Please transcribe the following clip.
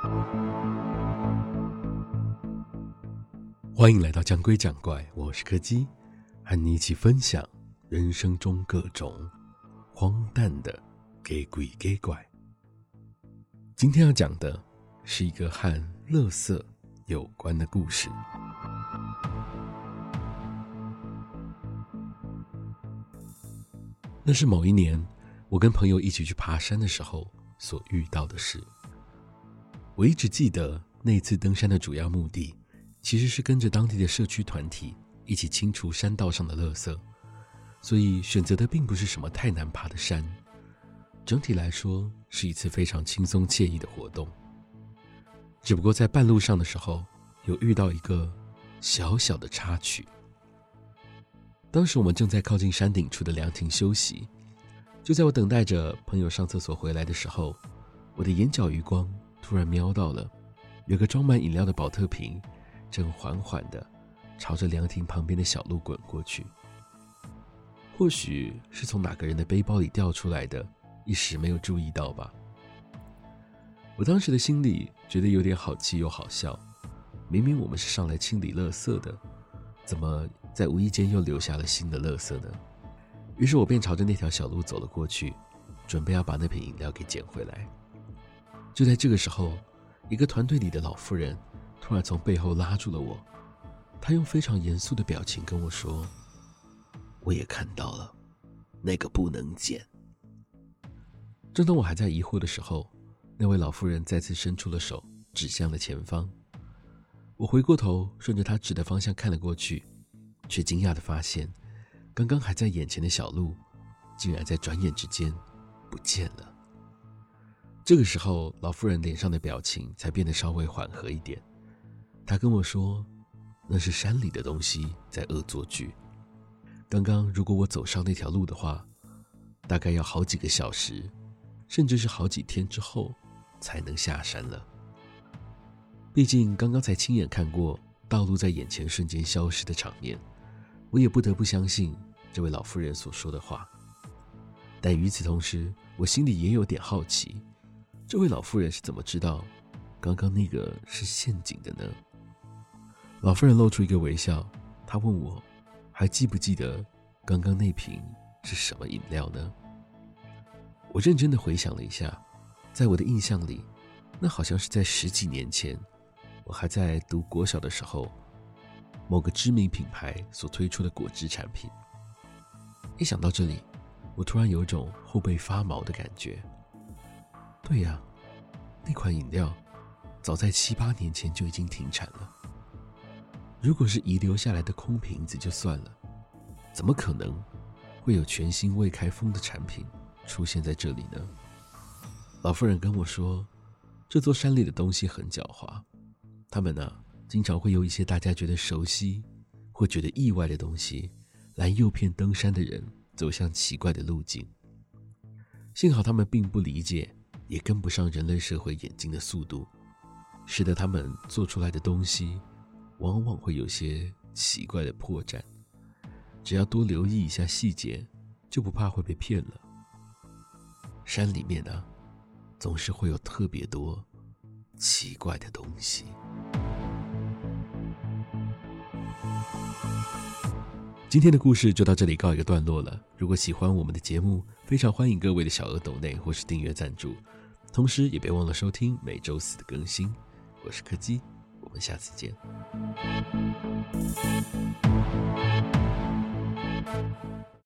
欢迎来到讲鬼讲怪，我是柯基，和你一起分享人生中各种荒诞的给鬼给怪。今天要讲的是一个和垃圾有关的故事。那是某一年，我跟朋友一起去爬山的时候所遇到的事。我一直记得那次登山的主要目的其实是跟着当地的社区团体一起清除山道上的垃圾，所以选择的并不是什么太难爬的山，整体来说是一次非常轻松惬意的活动。只不过在半路上的时候，有遇到一个小小的插曲。当时我们正在靠近山顶处的凉亭休息，就在我等待着朋友上厕所回来的时候，我的眼角余光突然瞄到了有个装满饮料的保特瓶正缓缓地朝着凉亭旁边的小路滚过去。或许是从哪个人的背包里掉出来的，一时没有注意到吧。我当时的心里觉得有点好气又好笑，明明我们是上来清理垃圾的，怎么在无意间又留下了新的垃圾呢？于是我便朝着那条小路走了过去，准备要把那瓶饮料给捡回来。就在这个时候，一个团队里的老妇人突然从背后拉住了我，她用非常严肃的表情跟我说：“我也看到了，那个不能捡。”正当我还在疑惑的时候，那位老妇人再次伸出了手，指向了前方。我回过头，顺着她指的方向看了过去，却惊讶地发现，刚刚还在眼前的小路，竟然在转眼之间不见了。这个时候，老妇人脸上的表情才变得稍微缓和一点。她跟我说，那是山里的东西在恶作剧。刚刚如果我走上那条路的话，大概要好几个小时，甚至是好几天之后才能下山了。毕竟刚刚才亲眼看过道路在眼前瞬间消失的场面，我也不得不相信这位老妇人所说的话。但与此同时，我心里也有点好奇，这位老妇人是怎么知道刚刚那个是陷阱的呢？老妇人露出一个微笑，她问我还记不记得刚刚那瓶是什么饮料呢？我认真的回想了一下，在我的印象里，那好像是在10几年前，我还在读国小的时候，某个知名品牌所推出的果汁产品。一想到这里，我突然有一种后背发毛的感觉。对呀，那款饮料早在7、8年前就已经停产了。如果是遗留下来的空瓶子就算了，怎么可能会有全新未开封的产品出现在这里呢？老妇人跟我说，这座山里的东西很狡猾，他们经常会有一些大家觉得熟悉或觉得意外的东西，来诱骗登山的人走向奇怪的路径。幸好他们并不理解，也跟不上人类社会演进的速度，使得他们做出来的东西往往会有些奇怪的破绽。只要多留意一下细节，就不怕会被骗了。山里面总是会有特别多奇怪的东西。今天的故事就到这里告一个段落了。如果喜欢我们的节目，非常欢迎各位的小额抖内或是订阅赞助，同时也别忘了收听每周4的更新。我是柯基，我们下次见。